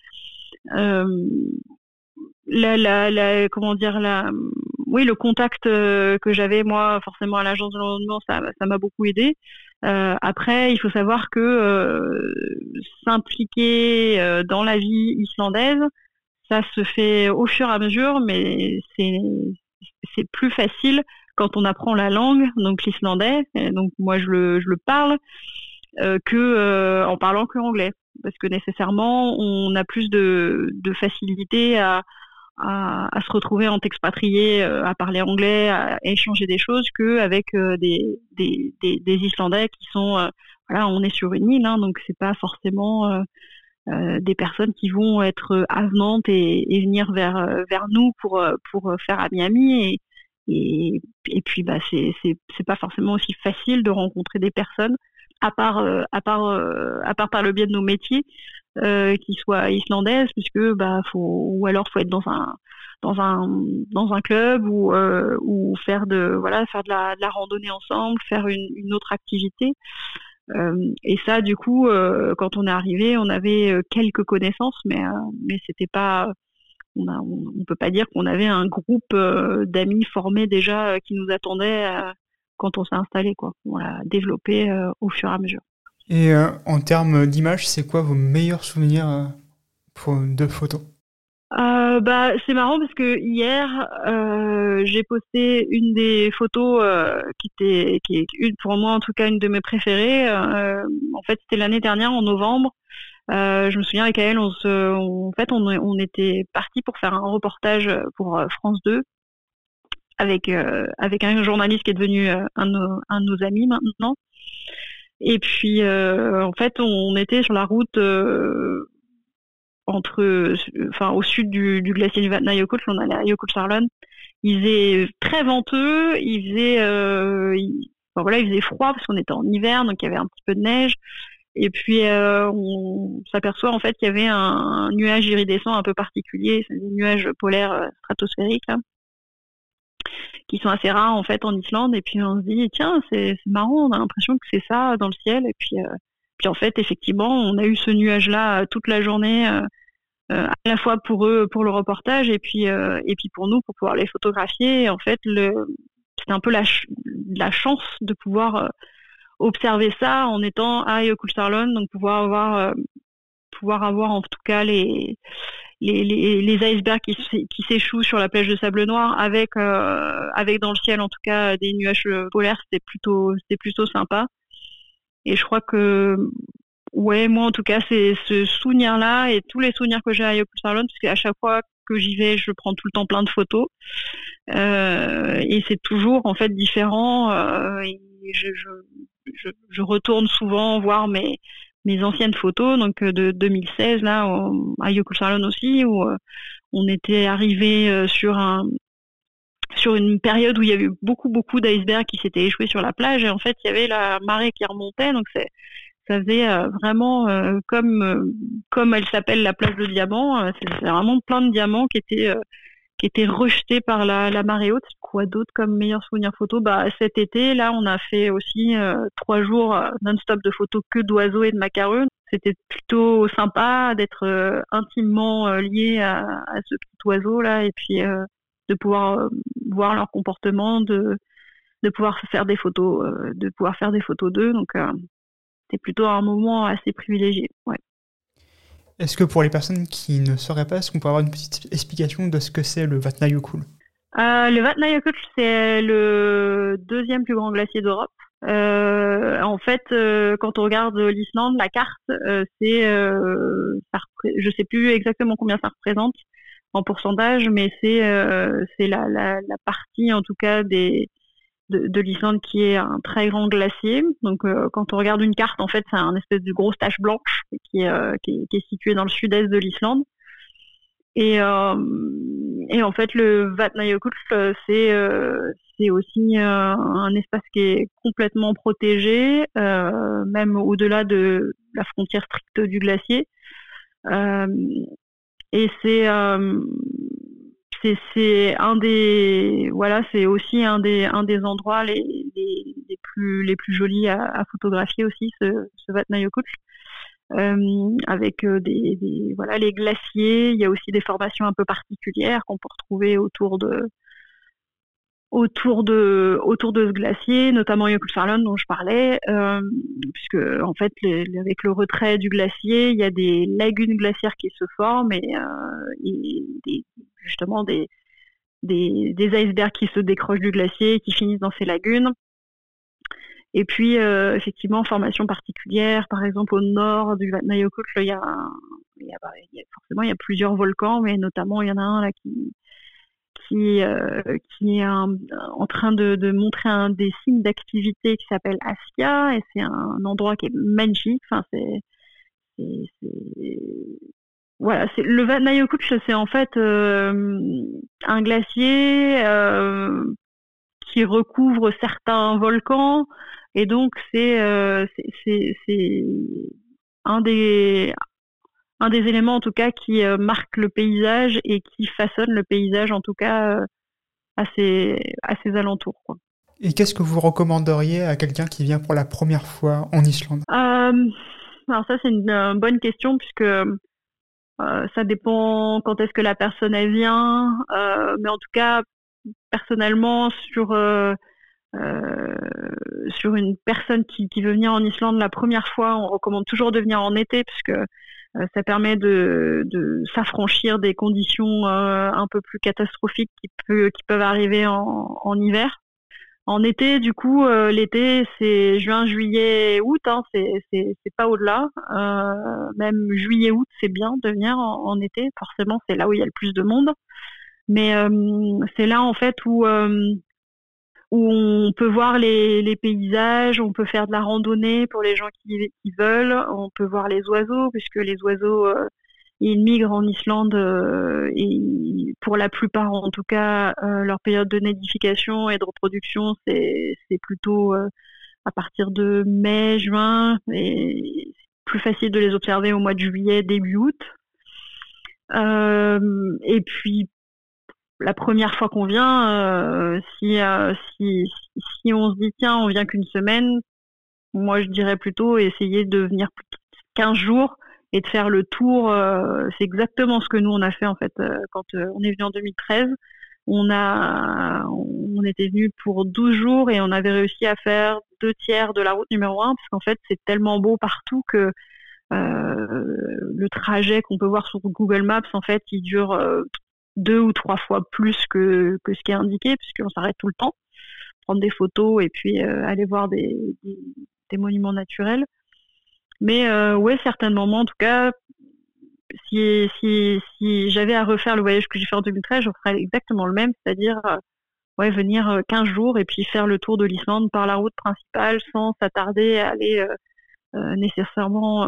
oui, le contact que j'avais moi forcément à l'agence de l'environnement, ça m'a beaucoup aidé. Après, il faut savoir que s'impliquer dans la vie islandaise, ça se fait au fur et à mesure, mais c'est plus facile quand on apprend la langue, donc l'islandais. Et donc moi je le parle que en parlant que anglais, parce que nécessairement on a plus de facilité à se retrouver en expatrié, à parler anglais, à échanger des choses, qu'avec des Islandais qui sont... voilà, on est sur une île, hein, donc c'est pas forcément des personnes qui vont être avenantes et venir vers nous pour faire ami-ami. Et puis, c'est pas forcément aussi facile de rencontrer des personnes, à part par le biais de nos métiers, qui soient islandaises, puisque ou alors faut être dans un club ou faire de la randonnée ensemble, faire une autre activité. Et ça, du coup, quand on est arrivé, on avait quelques connaissances, mais c'était pas... On peut pas dire qu'on avait un groupe d'amis formés déjà qui nous attendaient quand on s'est installé, quoi. On l'a développé au fur et à mesure. Et en termes d'image, c'est quoi vos meilleurs souvenirs de photos? C'est marrant parce que hier, j'ai posté une des photos qui est pour moi en tout cas une de mes préférées. En fait, c'était l'année dernière en novembre. Je me souviens avec elle, on était partis pour faire un reportage pour France 2 avec un journaliste qui est devenu un de nos amis maintenant. Et puis en fait, on était sur la route au sud du glacier du Vatnajökull, on allait à Jökulsárlón. Il faisait très venteux, il faisait froid parce qu'on était en hiver, donc il y avait un petit peu de neige. Et puis on s'aperçoit en fait qu'il y avait un nuage iridescent un peu particulier, c'est des nuages polaires stratosphériques là, qui sont assez rares en fait en Islande. Et puis on se dit tiens, c'est marrant, on a l'impression que c'est ça dans le ciel. Et puis en fait effectivement on a eu ce nuage là toute la journée à la fois pour eux, pour le reportage, et puis pour nous, pour pouvoir les photographier. Et en fait, c'était un peu la chance de pouvoir observer ça en étant à Jökulsárlón, donc pouvoir avoir en tout cas les icebergs qui s'échouent sur la plage de sable noir avec dans le ciel en tout cas des nuages polaires. C'était plutôt sympa. Et je crois que ouais, moi en tout cas, c'est ce souvenir-là et tous les souvenirs que j'ai à Jökulsárlón, parce qu'à chaque fois que j'y vais, je prends tout le temps plein de photos. Et c'est toujours en fait différent. Et je retourne souvent voir mes anciennes photos, donc de 2016 là à Jökulsárlón aussi, où on était arrivé sur une période où il y avait beaucoup d'icebergs qui s'étaient échoués sur la plage, et en fait il y avait la marée qui remontait, donc ça faisait vraiment comme elle s'appelle la plage de diamants, c'est vraiment plein de diamants qui étaient rejetés par la marée haute. Quoi d'autre comme meilleur souvenir photo? Cet été, là, on a fait aussi 3 jours non-stop de photos que d'oiseaux et de macareux. C'était plutôt sympa d'être intimement lié à ce petit oiseau-là, et puis de pouvoir voir leur comportement, de pouvoir faire des photos, d'eux. Donc, c'est plutôt un moment assez privilégié. Ouais. Est-ce que pour les personnes qui ne sauraient pas, est-ce qu'on peut avoir une petite explication de ce que c'est le Vatnajökull? Le Vatnajökull, c'est le 2e plus grand glacier d'Europe. En fait, quand on regarde l'Islande, la carte, je sais plus exactement combien ça représente en pourcentage, mais c'est la partie en tout cas de l'Islande qui est un très grand glacier. Donc quand on regarde une carte, en fait, c'est un espèce de grosse tache blanche qui est située dans le sud-est de l'Islande. Et en fait, le Vatnajökull, c'est aussi un espace qui est complètement protégé, même au-delà de la frontière stricte du glacier. Et c'est aussi un des endroits les plus jolis à photographier aussi, ce Vatnajökull. Avec les glaciers. Il y a aussi des formations un peu particulières qu'on peut retrouver autour de ce glacier, notamment Jökulsárlón dont je parlais, puisque en fait avec le retrait du glacier, il y a des lagunes glaciaires qui se forment et justement des icebergs qui se décrochent du glacier et qui finissent dans ces lagunes. Et puis, effectivement, formation particulière, par exemple au nord du Vatnajökull, forcément il y a plusieurs volcans, mais notamment il y en a un là qui est en train de montrer des signes d'activité qui s'appelle Askja, et c'est un endroit qui est magnifique. Enfin, le Vatnajökull, c'est en fait un glacier qui recouvre certains volcans, et donc c'est un des éléments en tout cas qui marque le paysage et qui façonne le paysage en tout cas à ses alentours, quoi. Et qu'est-ce que vous recommanderiez à quelqu'un qui vient pour la première fois en Islande? Alors ça, c'est une bonne question, puisque ça dépend quand est-ce que la personne elle vient, mais en tout cas personnellement sur une personne qui veut venir en Islande la première fois, on recommande toujours de venir en été, puisque ça permet de s'affranchir des conditions un peu plus catastrophiques qui peuvent arriver en hiver. En été, du coup, l'été, c'est juin, juillet, août, hein, c'est pas au-delà. Même juillet, août, c'est bien de venir en été. Forcément, c'est là où il y a le plus de monde. Mais c'est là, en fait, où on peut voir les paysages, on peut faire de la randonnée pour les gens qui veulent, on peut voir les oiseaux, puisque les oiseaux, ils migrent en Islande, et pour la plupart, en tout cas, leur période de nidification et de reproduction, c'est plutôt à partir de mai, juin, et c'est plus facile de les observer au mois de juillet, début août. Et puis, la première fois qu'on vient, si on se dit tiens, on vient qu'une semaine, moi je dirais plutôt essayer de venir 15 jours et de faire le tour. C'est exactement ce que nous on a fait en fait quand on est venu en 2013. On était venu pour 12 jours et on avait réussi à faire 2/3 de la route numéro 1 parce qu'en fait c'est tellement beau partout que le trajet qu'on peut voir sur Google Maps en fait il dure 2 ou 3 fois plus que ce qui est indiqué puisqu'on s'arrête tout le temps, prendre des photos et puis aller voir des monuments naturels. Mais ouais, certains moments en tout cas, si j'avais à refaire le voyage que j'ai fait en 2013, je ferais exactement le même, c'est-à-dire ouais, venir 15 jours et puis faire le tour de l'Islande par la route principale sans s'attarder à aller nécessairement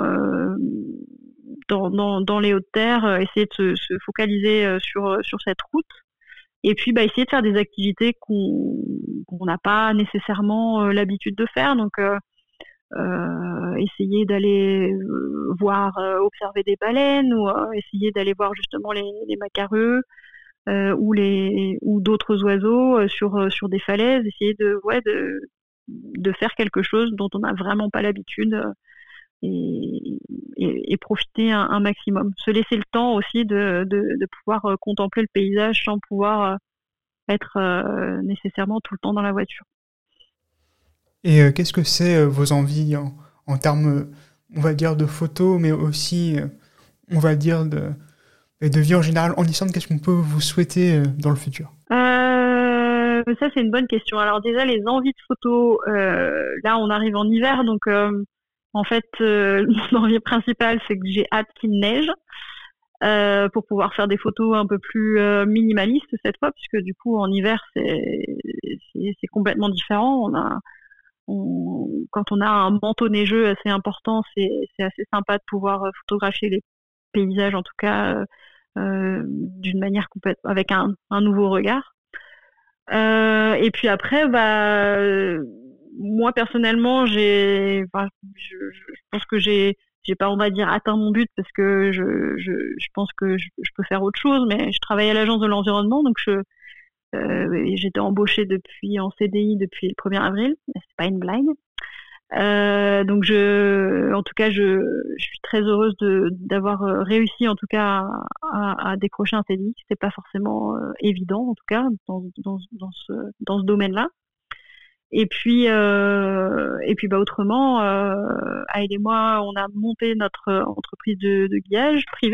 dans les hautes terres, essayer de se focaliser sur cette route et puis essayer de faire des activités qu'on n'a pas nécessairement l'habitude de faire. Donc essayer d'aller observer des baleines ou essayer d'aller voir justement les macareux ou d'autres oiseaux sur des falaises, essayer de faire quelque chose dont on n'a vraiment pas l'habitude et profiter un maximum. Se laisser le temps aussi de pouvoir contempler le paysage sans pouvoir être nécessairement tout le temps dans la voiture. Et qu'est-ce que c'est vos envies en termes, on va dire, de photos, mais aussi, on va dire, de vie en général en Islande? Qu'est-ce qu'on peut vous souhaiter dans le futur? Ça, c'est une bonne question. Alors déjà, les envies de photos, là, on arrive en hiver, donc en fait, mon envie principale, c'est que j'ai hâte qu'il neige pour pouvoir faire des photos un peu plus minimalistes cette fois, puisque du coup, en hiver, c'est complètement différent. Quand on a un manteau neigeux assez important, c'est assez sympa de pouvoir photographier les paysages, en tout cas d'une manière complète, avec un nouveau regard. Et puis après, moi personnellement, je pense que j'ai pas, on va dire, atteint mon but parce que je pense que je peux faire autre chose, mais je travaille à l'agence de l'environnement, donc j'étais embauchée en CDI depuis le 1er avril, c'est pas une blague. Donc en tout cas, je suis très heureuse d'avoir réussi en tout cas à décrocher un CDI. C'était pas forcément évident en tout cas dans ce domaine-là. Et puis autrement, Aël et moi, on a monté notre entreprise de guiage privé.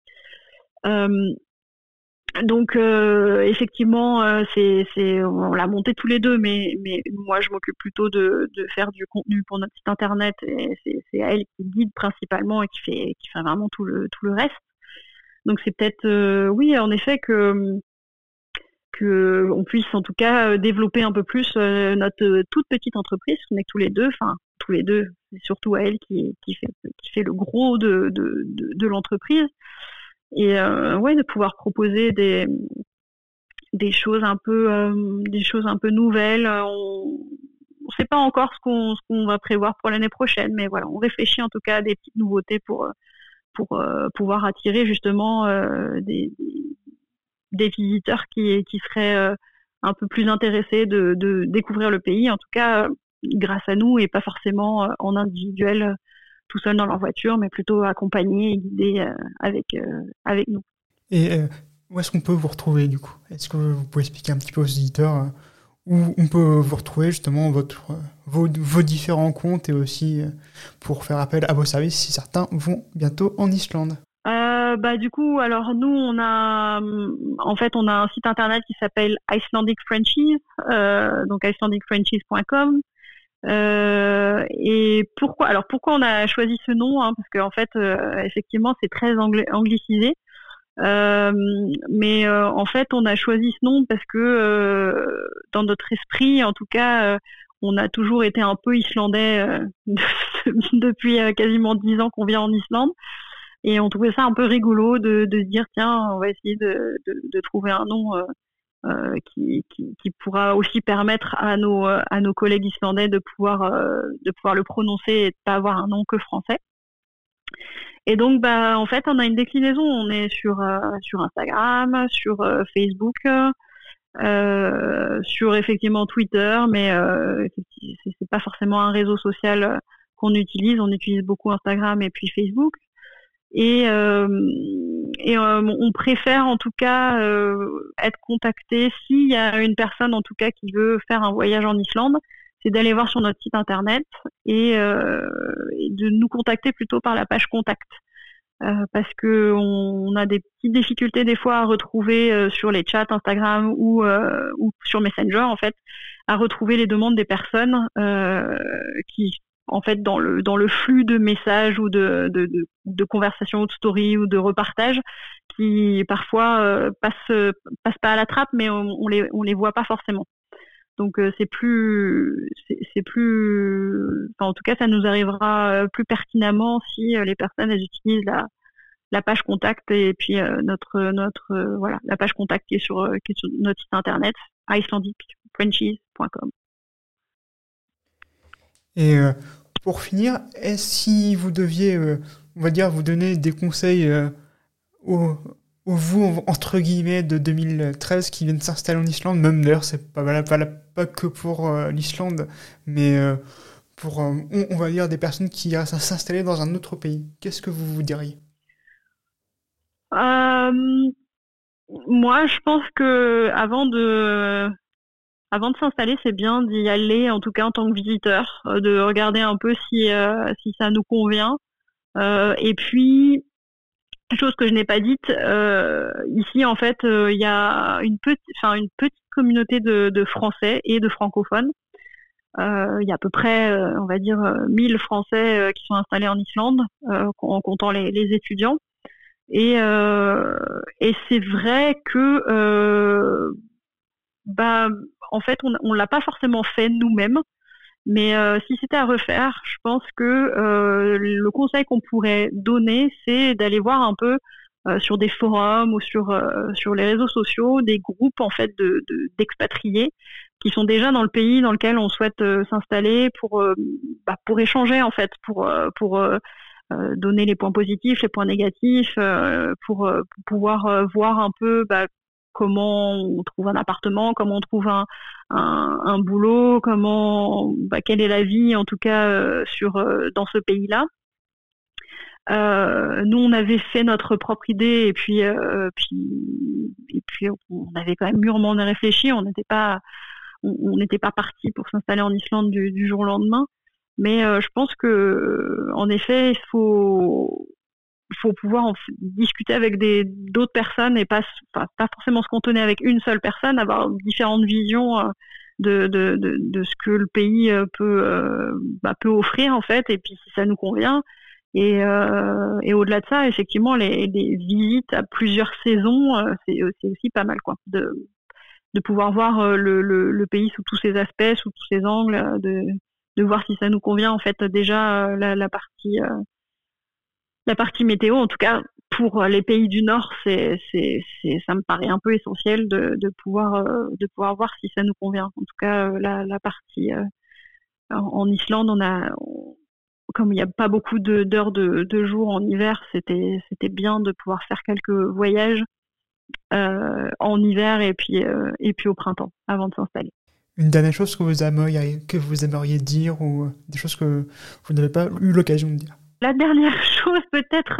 Donc effectivement, on l'a monté tous les deux, mais moi je m'occupe plutôt de faire du contenu pour notre site internet et c'est elle qui guide principalement et qui fait vraiment tout le reste. Donc c'est peut-être oui en effet que on puisse en tout cas développer un peu plus notre toute petite entreprise. On est tous les deux, c'est surtout elle qui fait le gros de l'entreprise. Et ouais, de pouvoir proposer des choses un peu nouvelles. On sait pas encore ce qu'on va prévoir pour l'année prochaine, mais voilà, on réfléchit en tout cas à des petites nouveautés pour pouvoir attirer justement des visiteurs qui seraient un peu plus intéressés de découvrir le pays, en tout cas grâce à nous et pas forcément en individuel tout seul dans leur voiture, mais plutôt accompagnés et guidés avec nous. Et où est-ce qu'on peut vous retrouver du coup? Est-ce que vous pouvez expliquer un petit peu aux auditeurs où on peut vous retrouver justement vos différents comptes et aussi pour faire appel à vos services si certains vont bientôt en Islande? Du coup, alors nous, on a un site internet qui s'appelle Icelandic Franchise, donc icelandicfranchise.com. Et pourquoi on a choisi ce nom, hein, parce qu'en fait effectivement c'est très anglicisé, mais en fait on a choisi ce nom parce que dans notre esprit en tout cas on a toujours été un peu islandais depuis quasiment 10 ans qu'on vient en Islande et on trouvait ça un peu rigolo de se dire tiens on va essayer de trouver un nom qui pourra aussi permettre à nos collègues islandais de pouvoir le prononcer et de pas avoir un nom que français. Et donc en fait on a une déclinaison, on est sur Instagram, sur Facebook, sur effectivement Twitter, mais c'est pas forcément un réseau social qu'on utilise, on utilise beaucoup Instagram et puis Facebook. On préfère en tout cas être contacté s'il y a une personne en tout cas qui veut faire un voyage en Islande, c'est d'aller voir sur notre site internet et de nous contacter plutôt par la page contact. Parce que on a des petites difficultés des fois à retrouver sur les chats Instagram ou sur Messenger en fait, à retrouver les demandes des personnes qui en fait dans le flux de messages ou de conversations ou de stories ou de repartages qui parfois passent pas à la trappe, mais on les voit pas forcément. Donc c'est plus enfin, en tout cas ça nous arrivera plus pertinemment si les personnes elles utilisent la page contact et puis voilà, la page contact qui est sur notre site internet icelandicfrenchies.com. Et pour finir, si vous deviez on va dire vous donner des conseils aux vous, entre guillemets, de 2013 qui viennent s'installer en Islande, même d'ailleurs, c'est pas pas que pour l'Islande, mais pour, on va dire, des personnes qui iraient s'installer dans un autre pays. Qu'est-ce que vous diriez ? Moi, je pense que avant de s'installer, c'est bien d'y aller, en tout cas en tant que visiteur, de regarder un peu si ça nous convient. Et puis, chose que je n'ai pas dite, ici en fait, il y a une petite communauté de Français et de francophones. Il y a à peu près, on va dire, 1000 Français qui sont installés en Islande, en comptant les étudiants. Et c'est vrai que, en fait, on l'a pas forcément fait nous-mêmes. Mais si c'était à refaire, je pense que le conseil qu'on pourrait donner, c'est d'aller voir un peu sur des forums ou sur les réseaux sociaux des groupes en fait d'expatriés qui sont déjà dans le pays dans lequel on souhaite s'installer pour échanger en fait, pour donner les points positifs, les points négatifs, pour pouvoir voir un peu comment on trouve un appartement, comment on trouve un boulot, quelle est la vie en tout cas dans ce pays-là. Nous on avait fait notre propre idée et puis on avait quand même mûrement réfléchi. On n'était pas parti pour s'installer en Islande du jour au lendemain, mais je pense que en effet il faut pouvoir discuter avec d'autres personnes et pas forcément se cantonner avec une seule personne, avoir différentes visions de ce que le pays peut offrir en fait, et puis si ça nous convient. Et au-delà de ça, effectivement, les visites à plusieurs saisons, c'est aussi pas mal quoi, de pouvoir voir le pays sous tous ses aspects, sous tous ses angles, de voir si ça nous convient en fait déjà la partie météo, en tout cas pour les pays du Nord, ça me paraît un peu essentiel de pouvoir voir si ça nous convient. En tout cas, la partie en Islande, comme il n'y a pas beaucoup d'heures de jour en hiver, c'était bien de pouvoir faire quelques voyages en hiver et puis au printemps avant de s'installer. Une dernière chose que vous aimeriez dire ou des choses que vous n'avez pas eu l'occasion de dire? La dernière chose, peut-être,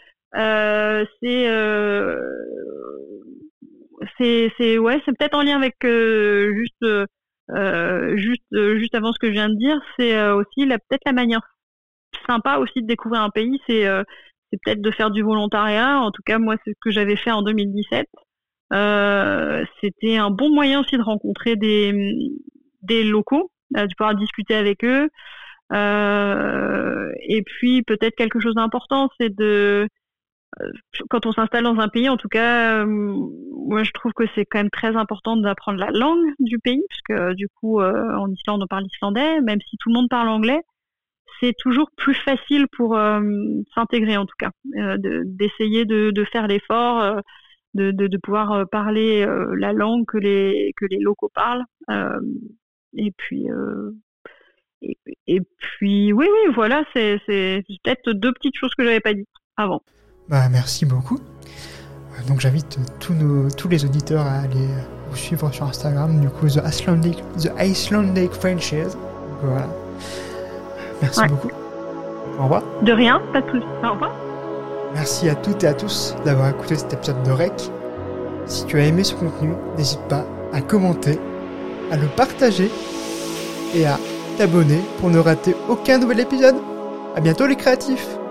c'est peut-être en lien avec juste avant ce que je viens de dire. C'est aussi peut-être la manière sympa aussi de découvrir un pays, c'est peut-être de faire du volontariat. En tout cas, moi, c'est ce que j'avais fait en 2017. C'était un bon moyen aussi de rencontrer des locaux, de pouvoir discuter avec eux. Et puis peut-être quelque chose d'important, c'est quand on s'installe dans un pays, en tout cas, moi je trouve que c'est quand même très important d'apprendre la langue du pays, parce que du coup en Islande on parle islandais, même si tout le monde parle anglais, c'est toujours plus facile pour s'intégrer en tout cas, d'essayer de faire l'effort, de pouvoir parler la langue que les locaux parlent, et puis oui, voilà, c'est peut-être deux petites choses que j'avais pas dites avant. Merci beaucoup. Donc j'invite tous les auditeurs à aller vous suivre sur Instagram, du coup The Icelandic Frenchies. Voilà. Merci beaucoup. Au revoir. De rien, pas de soucis. Au revoir. Merci à toutes et à tous d'avoir écouté cet épisode de REC. Si tu as aimé ce contenu, n'hésite pas à commenter, à le partager et à t'abonner pour ne rater aucun nouvel épisode. À bientôt les créatifs!